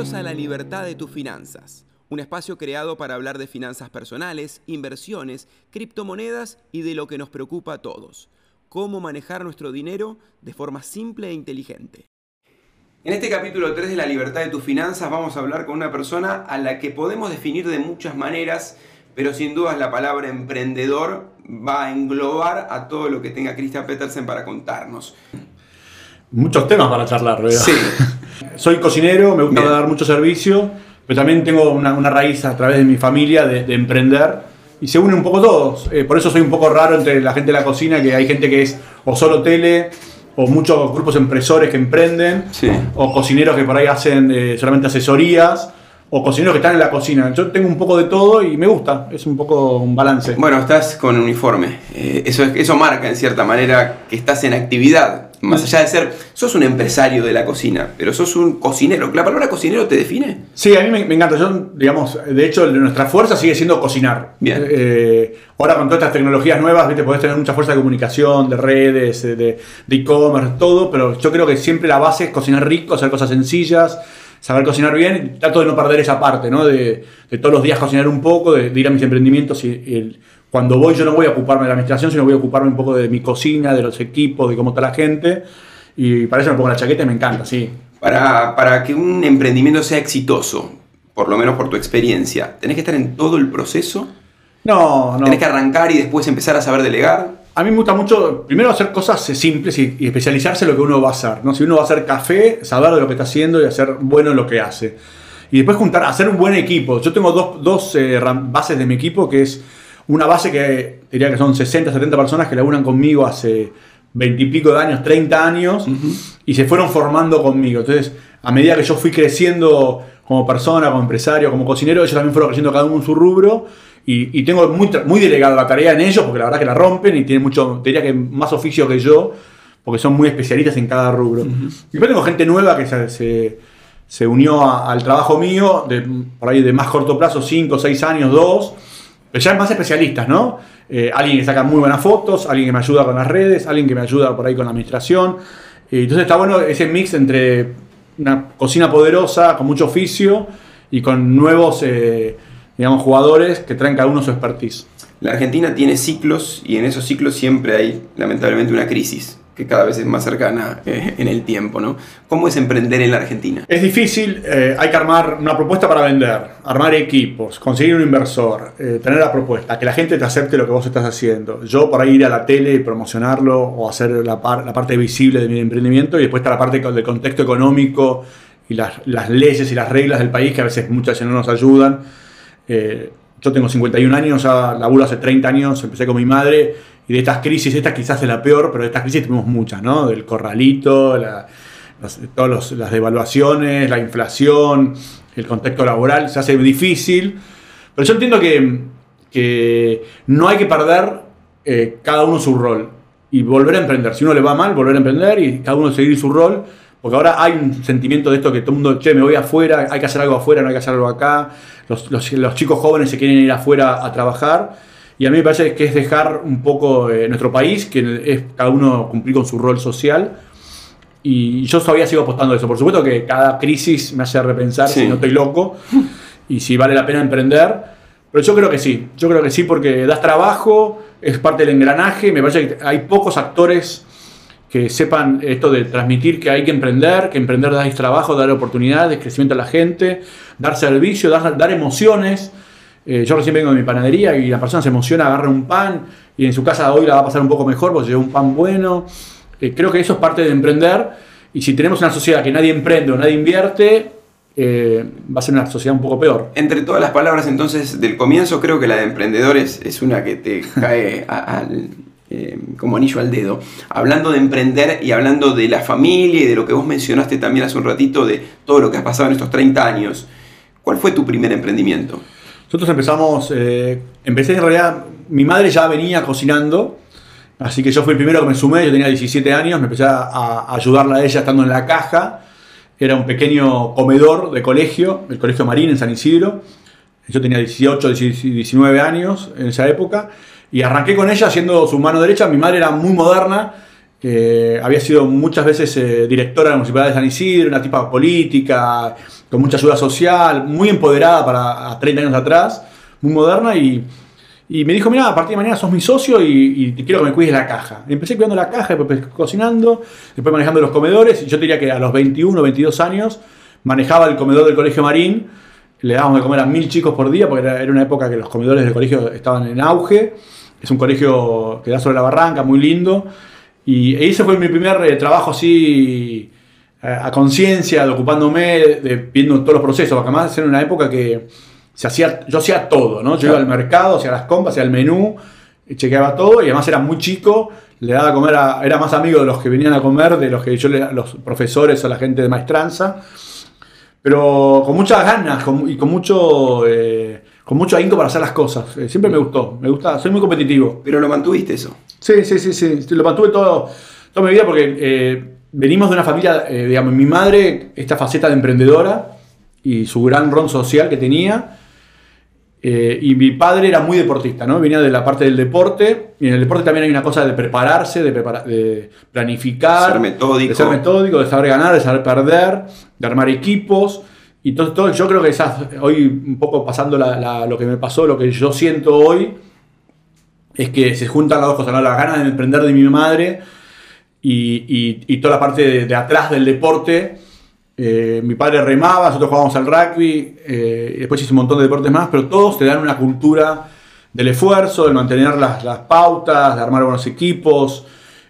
Bienvenidos a La Libertad de tus Finanzas, un espacio creado para hablar de finanzas personales, inversiones, criptomonedas y de lo que nos preocupa a todos, cómo manejar nuestro dinero de forma simple e inteligente. En este capítulo 3 de La Libertad de tus Finanzas vamos a hablar con una persona a la que podemos definir de muchas maneras, pero sin dudas la palabra emprendedor va a englobar a todo lo que tenga Christian Petersen para contarnos. Muchos temas para charlar, ¿verdad? Sí. Soy cocinero, me gusta dar mucho servicio, pero también tengo una raíz a través de mi familia de emprender y se unen un poco todos. Por eso soy un poco raro entre la gente de la cocina, que hay gente que es o solo tele, o muchos grupos empresores que emprenden, Sí. o cocineros que por ahí hacen solamente asesorías, o cocineros que están en la cocina. Yo tengo un poco de todo y me gusta, es un poco un balance. Bueno, estás con uniforme. Eso marca en cierta manera que estás en actividad. Más allá de ser, sos un empresario de la cocina, pero sos un cocinero. ¿La palabra cocinero te define? Sí, a mí me encanta. Yo, digamos, de hecho, nuestra fuerza sigue siendo cocinar. Bien. Ahora con todas estas tecnologías nuevas, ¿viste? Podés tener mucha fuerza de comunicación, de redes, de e-commerce, todo, pero yo creo que siempre la base es cocinar rico, hacer cosas sencillas, saber cocinar bien. Trato de no perder esa parte, ¿no? De todos los días cocinar un poco, de ir a mis emprendimientos cuando voy yo no voy a ocuparme de la administración, sino voy a ocuparme un poco de mi cocina, de los equipos, de cómo está la gente. Y para eso me pongo la chaqueta y me encanta, sí. Para que un emprendimiento sea exitoso, por lo menos por tu experiencia, ¿tenés que estar en todo el proceso? No. ¿Tenés que arrancar y después empezar a saber delegar? A mí me gusta mucho, primero, hacer cosas simples y especializarse en lo que uno va a hacer, ¿no? Si uno va a hacer café, saber de lo que está haciendo y hacer bueno en lo que hace. Y después hacer un buen equipo. Yo tengo dos bases de mi equipo, que es una base que diría que son 60, 70 personas que laburan conmigo hace 20 y pico de años, 30 años, y se fueron formando conmigo. Entonces, a medida que yo fui creciendo como persona, como empresario, como cocinero, ellos también fueron creciendo cada uno en su rubro, y tengo muy delegado la tarea en ellos, porque la verdad que la rompen y tienen mucho, diría que más oficio que yo, porque son muy especialistas en cada rubro. Y después tengo gente nueva que se unió al trabajo mío, por ahí de más corto plazo, 5, 6 años, 2, pero ya más especialistas, ¿no? Alguien que saca muy buenas fotos, alguien que me ayuda con las redes, alguien que me ayuda por ahí con la administración. Entonces está bueno ese mix entre una cocina poderosa, con mucho oficio, y con nuevos, jugadores que traen cada uno su expertise. La Argentina tiene ciclos y en esos ciclos siempre hay, lamentablemente, una crisis que cada vez es más cercana en el tiempo, ¿no? ¿Cómo es emprender en la Argentina? Es difícil, hay que armar una propuesta para vender, armar equipos, conseguir un inversor, tener la propuesta, que la gente te acepte lo que vos estás haciendo. Yo por ahí ir a la tele y promocionarlo o hacer la parte visible de mi emprendimiento, y después está la parte del contexto económico y las leyes y las reglas del país, que a veces muchas veces no nos ayudan. Yo tengo 51 años, ya laburo hace 30 años, empecé con mi madre, y de estas crisis, esta quizás es la peor, pero de estas crisis tenemos muchas, ¿no? Del corralito, todas las devaluaciones, la inflación, el contexto laboral, se hace difícil. Pero yo entiendo que no hay que perder cada uno su rol y volver a emprender. Si uno le va mal, volver a emprender y cada uno seguir su rol. Porque ahora hay un sentimiento de esto que todo el mundo, me voy afuera, hay que hacer algo afuera, no hay que hacer algo acá. Los chicos jóvenes se quieren ir afuera a trabajar. Y a mí me parece que es dejar un poco nuestro país, que es cada uno cumplir con su rol social. Y yo todavía sigo apostando a eso. Por supuesto que cada crisis me hace repensar si no estoy loco y si vale la pena emprender. Pero yo creo que sí porque das trabajo, es parte del engranaje. Me parece que hay pocos actores que sepan esto de transmitir que hay que emprender da trabajo, dar oportunidades, crecimiento a la gente, dar servicio, dar emociones. Yo recién vengo de mi panadería y la persona se emociona, agarra un pan y en su casa hoy la va a pasar un poco mejor porque lleva un pan bueno. Creo que eso es parte de emprender, y si tenemos una sociedad que nadie emprende o nadie invierte, va a ser una sociedad un poco peor. Entre todas las palabras entonces del comienzo, creo que la de emprendedores es una que te cae como anillo al dedo. Hablando de emprender y hablando de la familia y de lo que vos mencionaste también hace un ratito, de todo lo que has pasado en estos 30 años, ¿cuál fue tu primer emprendimiento? Nosotros empecé en realidad, mi madre ya venía cocinando, así que yo fui el primero que me sumé, yo tenía 17 años, me empecé a ayudarla a ella estando en la caja. Era un pequeño comedor de colegio, el Colegio Marín en San Isidro. Yo tenía 18, 19 años en esa época, y arranqué con ella haciendo su mano derecha. Mi madre era muy moderna, Había sido muchas veces directora de la Municipalidad de San Isidro, una tipa política, con mucha ayuda social, muy empoderada para 30 años atrás, muy moderna, y me dijo, mira, a partir de mañana sos mi socio y te quiero que me cuides la caja. Y empecé cuidando la caja, después cocinando, después manejando los comedores, y yo te diría que a los 21 o 22 años manejaba el comedor del Colegio Marín. Le dábamos de comer a 1000 chicos por día, porque era una época que los comedores del colegio estaban en auge. Es un colegio que da sobre la barranca, muy lindo. Y ese fue mi primer trabajo así a conciencia, ocupándome, viendo todos los procesos. Porque además era una época que yo hacía todo, ¿no? Yo iba al mercado, hacía las compras, hacía el menú, chequeaba todo, y además era muy chico, le daba a comer era más amigo de los que venían a comer, de los que los profesores o la gente de maestranza, pero con muchas ganas y con mucho ahínco para hacer las cosas. Siempre me gusta, soy muy competitivo. Pero lo mantuviste eso. Sí, lo mantuve toda mi vida porque venimos de una familia, digamos, mi madre, esta faceta de emprendedora y su gran rol social que tenía. Y mi padre era muy deportista, ¿no? Venía de la parte del deporte, y en el deporte también hay una cosa de prepararse, de planificar, de ser metódico, de saber ganar, de saber perder, de armar equipos. Y todo, yo creo que hoy, un poco pasando lo que me pasó, lo que yo siento hoy, es que se juntan las dos cosas, ¿no? Las ganas de emprender de mi madre y toda la parte de atrás del deporte. Mi padre remaba, nosotros jugábamos al rugby, después hice un montón de deportes más, pero todos te dan una cultura del esfuerzo, de mantener las pautas, de armar buenos equipos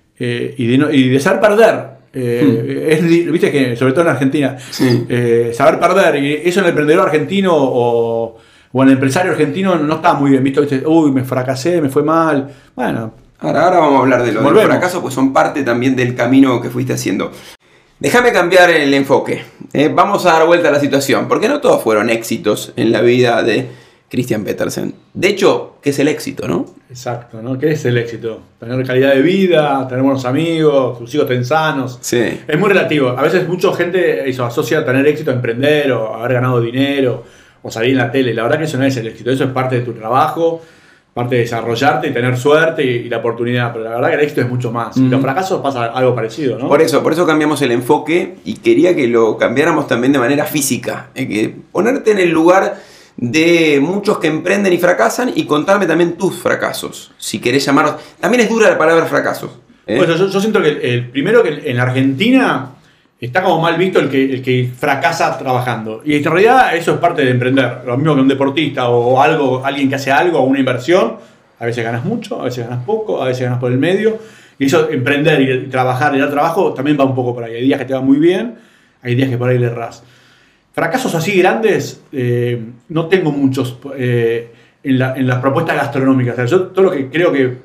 y de saber perder. Viste que, sobre todo en Argentina, sí. Saber perder, y eso en el emprendedor argentino o en el empresario argentino no está muy bien visto. ¿Viste? Uy, me fracasé, me fue mal. Bueno, ahora vamos a hablar de los fracasos, pues son parte también del camino que fuiste haciendo. Déjame cambiar el enfoque. Vamos a dar vuelta a la situación, porque no todos fueron éxitos en la vida de Christian Petersen. De hecho, ¿qué es el éxito, no? Exacto, ¿no? ¿Qué es el éxito? Tener calidad de vida, tener buenos amigos, tus hijos estén sanos. Sí. Es muy relativo. A veces mucha gente asocia tener éxito a emprender o haber ganado dinero o salir en la tele. La verdad que eso no es el éxito. Eso es parte de tu trabajo, parte de desarrollarte y tener suerte y la oportunidad. Pero la verdad que el éxito es mucho más. Y los fracasos pasa algo parecido, ¿no? Por eso cambiamos el enfoque y quería que lo cambiáramos también de manera física. Que ponerte en el lugar de muchos que emprenden y fracasan y contarme también tus fracasos, si querés llamarlos. También es dura la palabra fracasos. Bueno, yo siento que primero que en Argentina está como mal visto el que fracasa trabajando. Y en realidad eso es parte de emprender. Lo mismo que un deportista o alguien que hace algo o una inversión. A veces ganas mucho, a veces ganas poco, a veces ganas por el medio. Y eso, emprender y trabajar y dar trabajo, también va un poco por ahí. Hay días que te va muy bien, hay días que por ahí le errás. Fracasos así grandes no tengo muchos en las propuestas gastronómicas. O sea, yo todo lo que creo que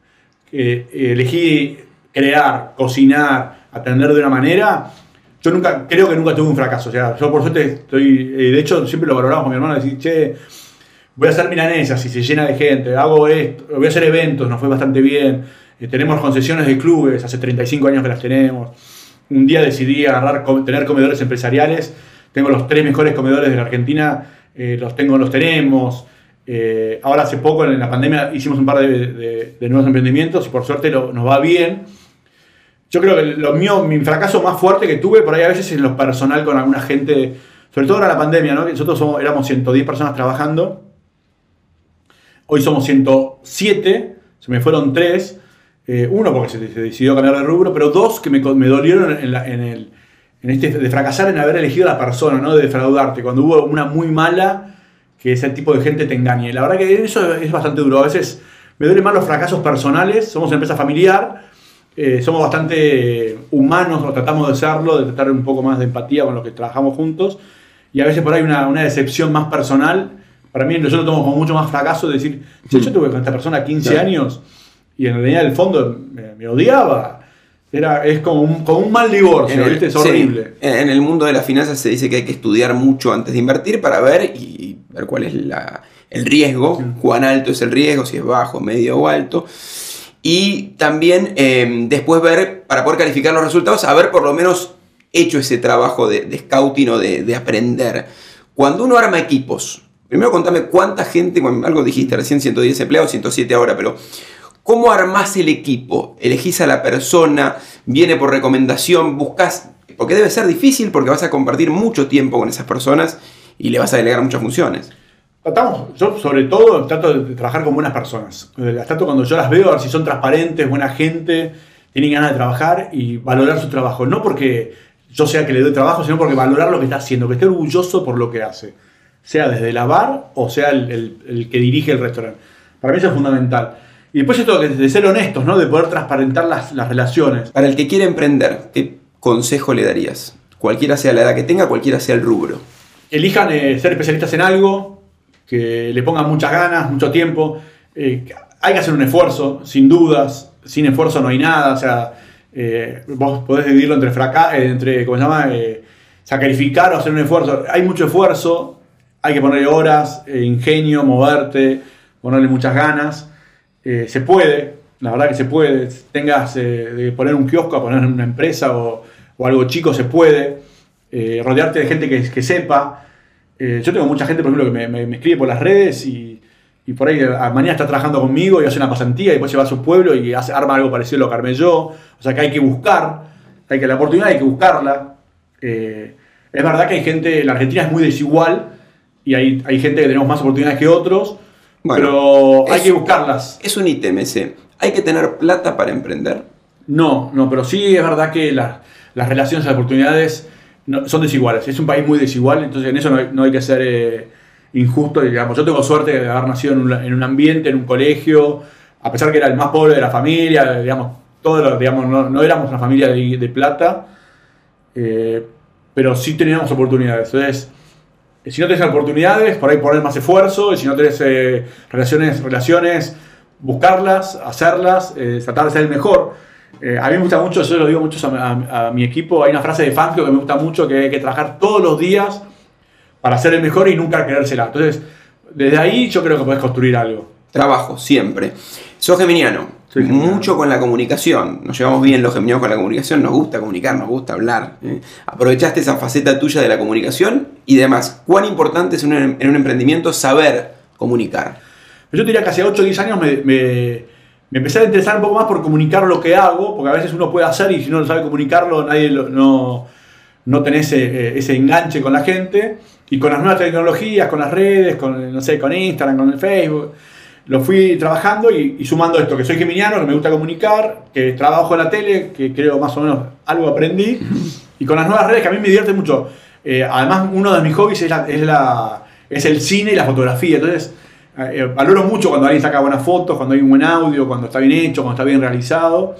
elegí crear, cocinar, atender de una manera, yo creo que nunca tuve un fracaso. O sea, yo por suerte de hecho siempre lo valoramos con mi hermano, decir, che, voy a hacer milanesas si se llena de gente, hago esto, voy a hacer eventos, nos fue bastante bien, tenemos concesiones de clubes, hace 35 años que las tenemos. Un día decidí tener comedores empresariales. Tengo los 3 mejores comedores de la Argentina, los tenemos. Ahora hace poco, en la pandemia, hicimos un par de nuevos emprendimientos y por suerte nos va bien. Yo creo que mi fracaso más fuerte que tuve por ahí a veces en lo personal con alguna gente, sobre todo ahora la pandemia, ¿no? Nosotros éramos 110 personas trabajando, hoy somos 107, se me fueron 3, uno porque se decidió cambiar de rubro, pero 2 que me dolieron de fracasar en haber elegido a la persona, ¿no? De defraudarte, cuando hubo una muy mala, que ese tipo de gente te engañe. La verdad que eso es bastante duro. A veces me duelen más los fracasos personales. Somos una empresa familiar, somos bastante humanos, o tratamos de serlo, de tratar un poco más de empatía con los que trabajamos juntos. Y a veces por ahí una decepción más personal. Para mí, yo lo tomo como mucho más fracaso de decir, yo tuve con esta persona 15 años y en realidad, en el fondo, me odiaba. Es como un mal divorcio, ¿viste? Es horrible. Sí, en el mundo de las finanzas se dice que hay que estudiar mucho antes de invertir para ver cuál es el riesgo, cuán alto es el riesgo, si es bajo, medio o alto. Y también después ver, para poder calificar los resultados, haber por lo menos hecho ese trabajo de scouting o de aprender. Cuando uno arma equipos, primero contame cuánta gente, algo dijiste recién, 110 empleados, 107 ahora, pero ¿Cómo armás el equipo? ¿Elegís a la persona? ¿Viene por recomendación? ¿Buscás? Porque debe ser difícil porque vas a compartir mucho tiempo con esas personas y le vas a delegar muchas funciones. Yo sobre todo trato de trabajar con buenas personas. Las trato cuando yo las veo, a ver si son transparentes, buena gente, tienen ganas de trabajar y valorar su trabajo. No porque yo sea que le doy trabajo, sino porque valorar lo que está haciendo, que esté orgulloso por lo que hace. Sea desde lavar o sea el que dirige el restaurante. Para mí eso es fundamental. Y después esto de ser honestos, ¿no? De poder transparentar las relaciones. Para el que quiere emprender, ¿qué consejo le darías? Cualquiera sea la edad que tenga, cualquiera sea el rubro. Elijan ser especialistas en algo, que le pongan muchas ganas, mucho tiempo. Hay que hacer un esfuerzo, sin dudas. Sin esfuerzo no hay nada. O sea, vos podés dividirlo entre ¿cómo se llama? Sacrificar o hacer un esfuerzo. Hay mucho esfuerzo, hay que ponerle horas, ingenio, moverte, ponerle muchas ganas. Se puede, la verdad que se puede. Tengas de poner un kiosco a poner una empresa o algo chico, se puede. Rodearte de gente que sepa. Yo tengo mucha gente, por ejemplo, que me escribe por las redes y por ahí mañana está trabajando conmigo y hace una pasantía y después se va a su pueblo y arma algo parecido a lo que armé yo. O sea que hay que buscar, la oportunidad hay que buscarla. Es verdad que hay gente, la Argentina es muy desigual y hay gente que tenemos más oportunidades que otros, bueno, pero hay que buscarlas. Es un ítem ese. ¿Hay que tener plata para emprender? No, pero sí es verdad que las relaciones y las oportunidades son desiguales. Es un país muy desigual, entonces en eso no hay que ser injusto. Digamos. Yo tengo suerte de haber nacido en un ambiente, en un colegio, a pesar que era el más pobre de la familia, digamos, no éramos una familia de plata, pero sí teníamos oportunidades. Entonces, si no tenés oportunidades, por ahí poner más esfuerzo, y si no tenés relaciones, buscarlas, hacerlas, tratar de ser el mejor. A mí me gusta mucho, yo lo digo mucho a mi equipo, hay una frase de Fangio que me gusta mucho, que hay que trabajar todos los días para ser el mejor y nunca querérsela. Entonces, desde ahí yo creo que podés construir algo. Trabajo, siempre. Sos geminiano, mucho con la comunicación. Nos llevamos bien los geminianos con la comunicación, nos gusta comunicar, nos gusta hablar. Aprovechaste esa faceta tuya de la comunicación y demás. ¿Cuán importante es en un emprendimiento saber comunicar? Yo diría que hace 8 o 10 años me empecé a interesar un poco más por comunicar lo que hago, porque a veces uno puede hacer y si no lo sabe comunicarlo, no tenés ese enganche con la gente. Y con las nuevas tecnologías, con las redes, con Instagram, con el Facebook, lo fui trabajando y sumando esto, que soy geminiano, que me gusta comunicar, que trabajo en la tele, que creo más o menos algo aprendí, y con las nuevas redes que a mí me divierte mucho. Además, uno de mis hobbies es el cine y la fotografía, entonces valoro mucho cuando alguien saca buenas fotos, cuando hay un buen audio, cuando está bien hecho, cuando está bien realizado.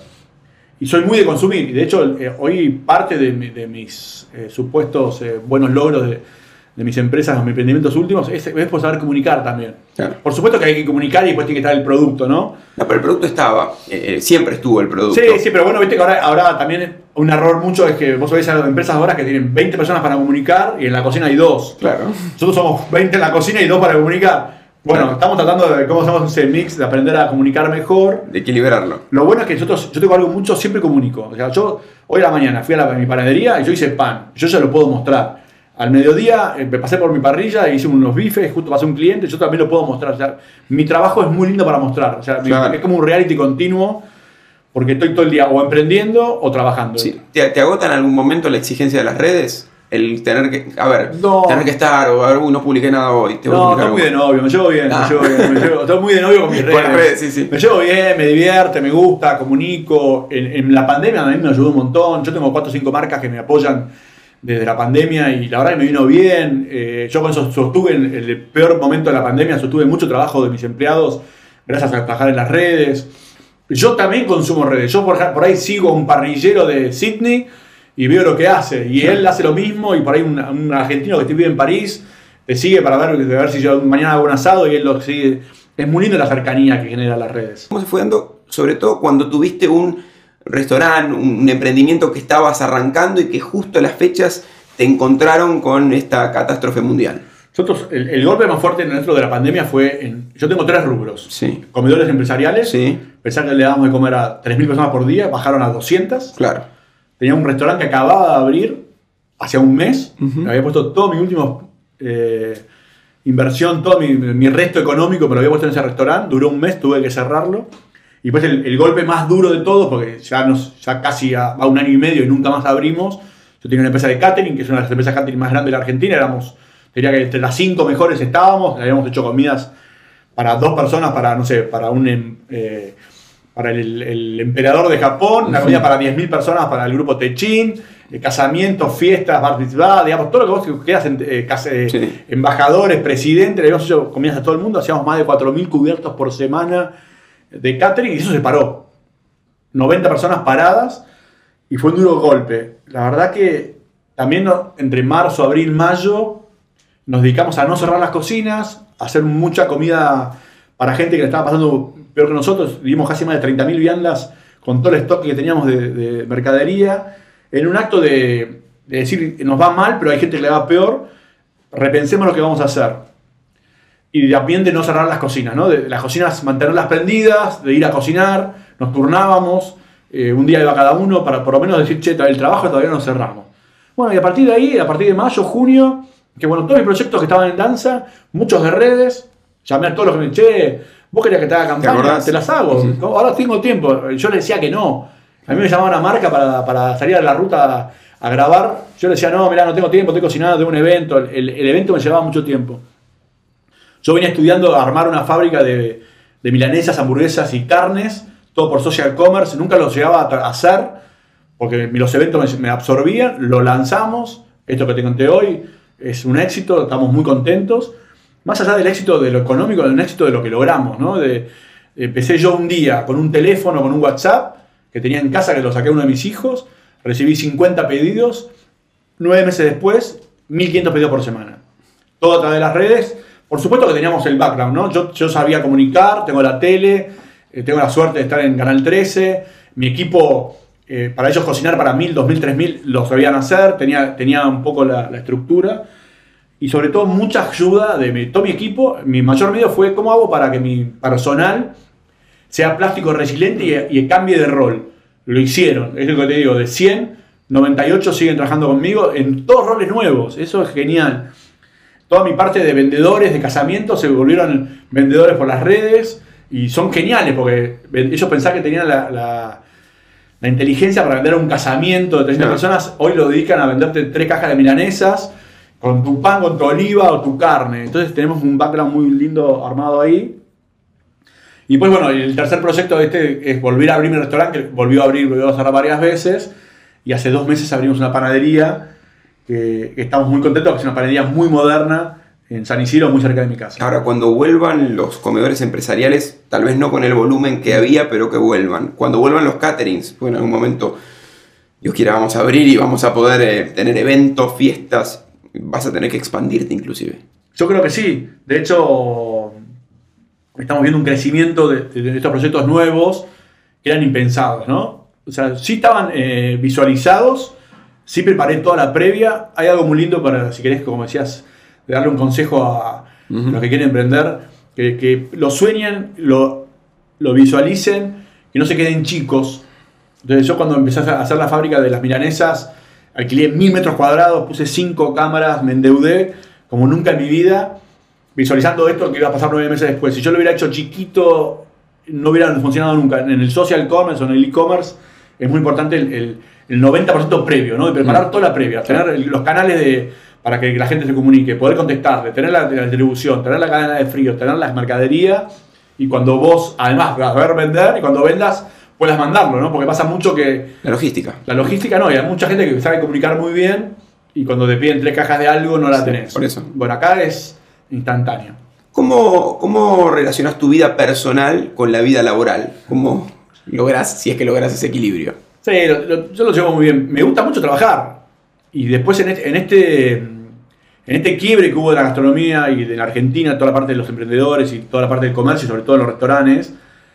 Y soy muy de consumir. Y de hecho, hoy parte de mis supuestos buenos logros de mis empresas, de mis emprendimientos últimos, es por saber comunicar también. Claro. Por supuesto que hay que comunicar y después tiene que estar el producto, ¿no? No, pero el producto estaba, siempre estuvo el producto. Sí, pero bueno, viste que ahora también un error mucho es que vos veis a las empresas ahora que tienen 20 personas para comunicar y en la cocina hay 2. Claro. Nosotros somos 20 en la cocina y 2 para comunicar. Bueno, claro. Estamos tratando de cómo hacemos ese mix, de aprender a comunicar mejor. De equilibrarlo. Lo bueno es que yo tengo algo mucho, siempre comunico. O sea, yo hoy a la mañana fui a mi panadería y yo hice pan. Yo ya lo puedo mostrar. Al mediodía me pasé por mi parrilla e hice unos bifes, justo pasó un cliente, yo también lo puedo mostrar. O sea, mi trabajo es muy lindo para mostrar. O sea, claro. Es como un reality continuo porque estoy todo el día o emprendiendo o trabajando. Sí. ¿Te agota en algún momento la exigencia de las redes? El tener que, tener que estar, o a ver, no publiqué nada hoy. Estoy muy de novio, me llevo bien, estoy muy de novio con mis redes. Sí. Me llevo bien, me divierte, me gusta, comunico. En la pandemia a mí me ayudó un montón. Yo tengo 4 o 5 marcas que me apoyan desde la pandemia y la verdad que me vino bien. Yo con eso sostuve en el peor momento de la pandemia, sostuve mucho trabajo de mis empleados gracias a trabajar en las redes. Yo también consumo redes. Yo por ahí sigo a un parrillero de Sydney y veo lo que hace. Y él hace lo mismo y por ahí un argentino que vive en París te sigue para ver si yo mañana hago un asado y él lo sigue. Es muy lindo la cercanía que genera las redes. ¿Cómo se fue dando, sobre todo cuando tuviste un restaurante, un emprendimiento que estabas arrancando y que justo a las fechas te encontraron con esta catástrofe mundial? Nosotros, el golpe más fuerte dentro de la pandemia fue yo tengo 3 rubros. Sí. Comedores empresariales. Sí. Pensar que le dábamos de comer a 3.000 personas por día, bajaron a 200. Claro. Tenía un restaurante que acababa de abrir hace un mes. Me había puesto todo mi último inversión, todo mi resto económico, me lo había puesto en ese restaurante. Duró un mes, tuve que cerrarlo. Y después el golpe más duro de todo, porque ya casi va 1 año y medio y nunca más abrimos. Yo tenía una empresa de catering, que es una de las empresas catering más grandes de la Argentina. Diría que entre las 5 mejores estábamos. Habíamos hecho comidas para 2 personas, para el emperador de Japón, una comida para 10.000 personas para el grupo Techin, casamientos, fiestas, bar mitzvah, digamos, todo lo que vos quieras, embajadores, presidentes, le habíamos hecho comidas a todo el mundo, hacíamos más de 4.000 cubiertos por semana de catering y eso se paró. 90 personas paradas y fue un duro golpe. La verdad que también entre marzo, abril, mayo nos dedicamos a no cerrar las cocinas, a hacer mucha comida para gente que le estaba pasando peor que nosotros. Dimos casi más de 30.000 viandas con todo el stock que teníamos de mercadería, en un acto de decir, nos va mal, pero hay gente que le va peor, repensemos lo que vamos a hacer. Y también de no cerrar las cocinas, ¿no? De las cocinas mantenerlas prendidas, de ir a cocinar, nos turnábamos, un día iba cada uno para por lo menos decir, che, el trabajo todavía no cerramos. Bueno, y a partir de ahí, a partir de mayo, junio, que bueno, todos mis proyectos que estaban en danza, muchos de redes, llamé a todos los que me che, vos querías que te haga campaña, te las hago, ahora tengo tiempo. Yo le decía que no. A mí me llamaban a marca para salir a la ruta a grabar. Yo le decía, no, mirá, no tengo tiempo, estoy cocinando, tengo un evento. El evento me llevaba mucho tiempo. Yo venía estudiando a armar una fábrica de milanesas, hamburguesas y carnes, todo por social commerce. Nunca lo llegaba a hacer porque los eventos me absorbían. Lo lanzamos. Esto que te conté hoy es un éxito, estamos muy contentos. Más allá del éxito de lo económico, del éxito de lo que logramos, ¿no? Empecé yo un día con un teléfono, con un WhatsApp que tenía en casa, que lo saqué a uno de mis hijos, recibí 50 pedidos, 9 meses después, 1.500 pedidos por semana. Todo a través de las redes. Por supuesto que teníamos el background, ¿no? Yo sabía comunicar, tengo la tele, tengo la suerte de estar en Canal 13, mi equipo, para ellos cocinar para 1.000, 2.000, 3.000, lo sabían hacer, tenía un poco la estructura. Y sobre todo mucha ayuda de todo mi equipo. Mi mayor miedo fue cómo hago para que mi personal sea plástico resiliente y cambie de rol. Lo hicieron, es lo que te digo, de 100, 98 siguen trabajando conmigo en todos roles nuevos. Eso es genial. Toda mi parte de vendedores de casamientos se volvieron vendedores por las redes y son geniales porque ellos pensaban que tenían la inteligencia para vender un casamiento de 30 personas. Hoy lo dedican a venderte 3 cajas de milanesas con tu pan, con tu oliva o tu carne. Entonces tenemos un background muy lindo armado ahí. Y pues bueno, el tercer proyecto es volver a abrir mi restaurante, que volvió a cerrar varias veces. Y hace 2 meses abrimos una panadería, que estamos muy contentos, que es una panadería muy moderna, en San Isidro, muy cerca de mi casa. Ahora, cuando vuelvan los comedores empresariales, tal vez no con el volumen que había, pero que vuelvan. Cuando vuelvan los caterings, pues en algún momento, Dios quiera, vamos a abrir y vamos a poder tener eventos, fiestas. Vas a tener que expandirte inclusive. Yo creo que sí. De hecho, estamos viendo un crecimiento de estos proyectos nuevos que eran impensados, ¿no? O sea, sí estaban visualizados, sí preparé toda la previa. Hay algo muy lindo para, si querés, como decías, de darle un consejo a los que quieren emprender, que lo sueñen, lo visualicen, que no se queden chicos. Entonces yo cuando empecé a hacer la fábrica de las milanesas, alquilé 1.000 metros cuadrados, puse 5 cámaras, me endeudé como nunca en mi vida, visualizando esto que iba a pasar 9 meses después. Si yo lo hubiera hecho chiquito, no hubiera funcionado nunca. En el social commerce o en el e-commerce es muy importante el 90% previo, ¿no? De preparar toda la previa, tener los canales para que la gente se comunique, poder contestarle, tener la distribución, tener la cadena de frío, tener la mercadería, y cuando vos además vas a ver vender, y cuando vendas puedas mandarlo, ¿no? Porque pasa mucho que... La logística. La logística no, y hay mucha gente que sabe comunicar muy bien y cuando te piden 3 cajas de algo no la tenés. Por eso. Bueno, acá es instantáneo. ¿Cómo relacionas tu vida personal con la vida laboral? ¿Cómo lográs, si es que lográs ese equilibrio? Sí, yo lo llevo muy bien. Me gusta mucho trabajar. Y después en este quiebre que hubo de la gastronomía y de la Argentina, toda la parte de los emprendedores y toda la parte del comercio y sobre todo en los restaurantes,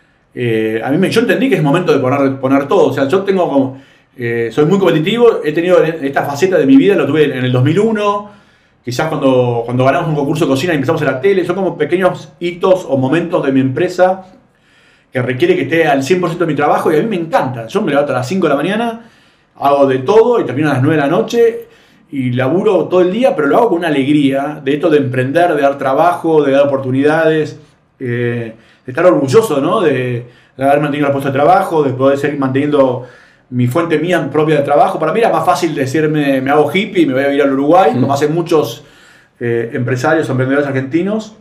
yo entendí que es momento de poner todo. O sea, yo tengo como... soy muy competitivo, he tenido esta faceta de mi vida, lo tuve en el 2001, quizás cuando ganamos un concurso de cocina y empezamos en la tele. Son como pequeños hitos o momentos de mi empresa que requiere que esté al 100% de mi trabajo y a mí me encanta. Yo me levanto a las 5 de la mañana, hago de todo y termino a las 9 de la noche y laburo todo el día, pero lo hago con una alegría de esto de emprender, de dar trabajo, de dar oportunidades, de estar orgulloso, ¿no? de de haber mantenido el puesto de trabajo, de poder seguir manteniendo mi fuente mía propia de trabajo. Para mí era más fácil decirme, me hago hippie y me voy a vivir al Uruguay, como hacen muchos empresarios o emprendedores argentinos.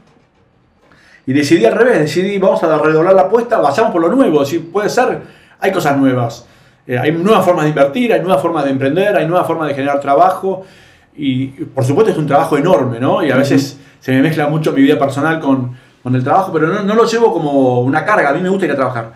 Y decidí al revés, vamos a redoblar la apuesta, vayamos por lo nuevo. Si puede ser, hay cosas nuevas. Hay nuevas formas de invertir, hay nuevas formas de emprender, hay nuevas formas de generar trabajo. Y por supuesto es un trabajo enorme, ¿no? Y a veces se me mezcla mucho mi vida personal con el trabajo, pero no lo llevo como una carga. A mí me gusta ir a trabajar.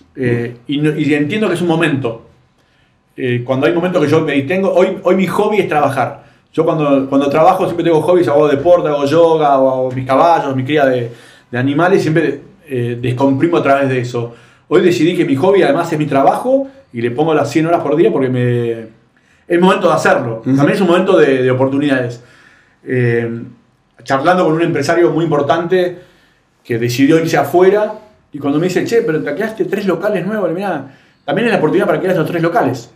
Y entiendo que es un momento. Cuando hay momentos que yo me detengo, hoy mi hobby es trabajar. Yo cuando trabajo siempre tengo hobbies, hago deporte, hago yoga, o hago mis caballos, mi cría de animales, siempre descomprimo a través de eso. Hoy decidí que mi hobby además es mi trabajo y le pongo las 100 horas por día porque es momento de hacerlo. También es un momento de oportunidades. Charlando con un empresario muy importante que decidió irse afuera y cuando me dice, che, pero te quedaste 3 locales nuevos, mira, también es la oportunidad para que quedes los 3 locales.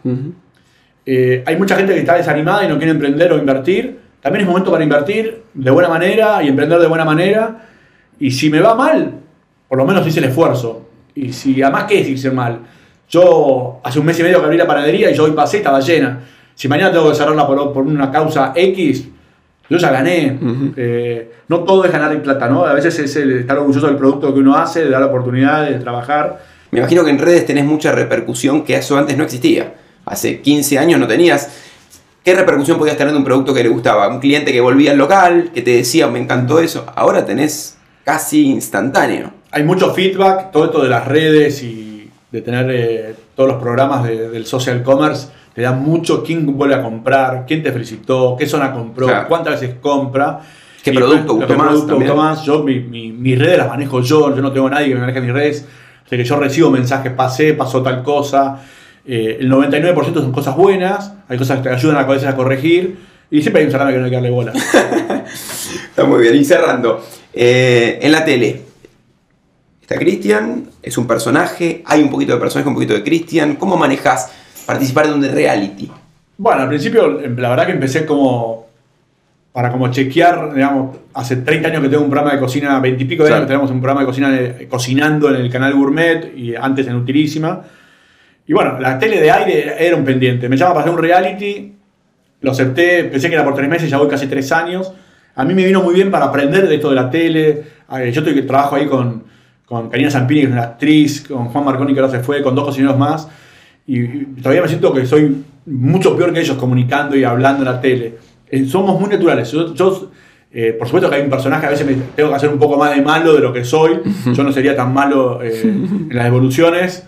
Hay mucha gente que está desanimada y no quiere emprender o invertir. También es momento para invertir de buena manera y emprender de buena manera. Y si me va mal, por lo menos hice el esfuerzo. Y si además, ¿qué es irse mal? Yo hace un mes y medio que abrí la panadería y yo hoy pasé y estaba llena. Si mañana tengo que cerrarla por una causa X, yo ya gané. No todo es ganar en plata, ¿no? A veces es estar orgulloso del producto que uno hace, de dar oportunidades, de trabajar. Me imagino que en redes tenés mucha repercusión, que eso antes no existía. Hace 15 años no tenías. ¿Qué repercusión podías tener de un producto que le gustaba? Un cliente que volvía al local, que te decía, me encantó eso. Ahora tenés casi instantáneo. Hay mucho feedback, todo esto de las redes y de tener todos los programas del social commerce, te da mucho quién vuelve a comprar, quién te felicitó, qué zona compró, claro, cuántas veces compra. ¿Qué producto gustó más? Yo mis redes las manejo yo no tengo nadie que me maneje mis redes. O sea que yo recibo mensajes, pasó tal cosa. El 99% son cosas buenas, hay cosas que te ayudan a veces a corregir y siempre hay un salame que no hay que darle bola. Está muy bien. Y cerrando, en la tele está Cristian, es un personaje, hay un poquito de personaje, un poquito de Cristian. ¿Cómo manejas participar de un reality? Bueno, al principio la verdad que empecé para chequear, digamos, hace 30 años que tengo un programa de cocina, 20 y pico de años que tenemos un programa de cocina cocinando en el canal Gourmet y antes en Utilísima. Y bueno, la tele de aire era un pendiente. Me llaman para hacer un reality, lo acepté, pensé que era por 3 meses, ya voy casi 3 años. A mí me vino muy bien para aprender de esto de la tele. Yo trabajo ahí con Karina Zampini, que es una actriz, con Juan Marconi, que ahora se fue, con 2 cocineros más. Y todavía me siento que soy mucho peor que ellos comunicando y hablando en la tele. Somos muy naturales. Por supuesto que hay un personaje, a veces me tengo que hacer un poco más de malo de lo que soy. Yo no sería tan malo en las evoluciones.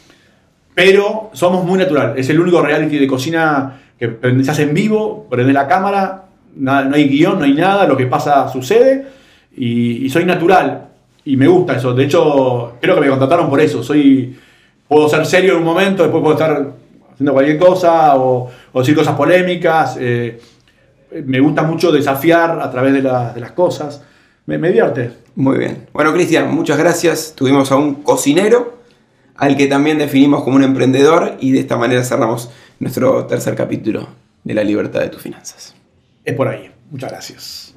Pero somos muy natural. Es el único reality de cocina que se hace en vivo, prende la cámara, no hay guión, no hay nada, lo que pasa sucede y soy natural. Y me gusta eso. De hecho, creo que me contrataron por eso. Puedo ser serio en un momento, después puedo estar haciendo cualquier cosa o decir cosas polémicas. Me gusta mucho desafiar a través de las cosas. Me divierte. Muy bien. Bueno, Cristian, muchas gracias. Tuvimos a un cocinero, al que también definimos como un emprendedor, y de esta manera cerramos nuestro tercer capítulo de La libertad de tus finanzas. Es por ahí. Muchas gracias.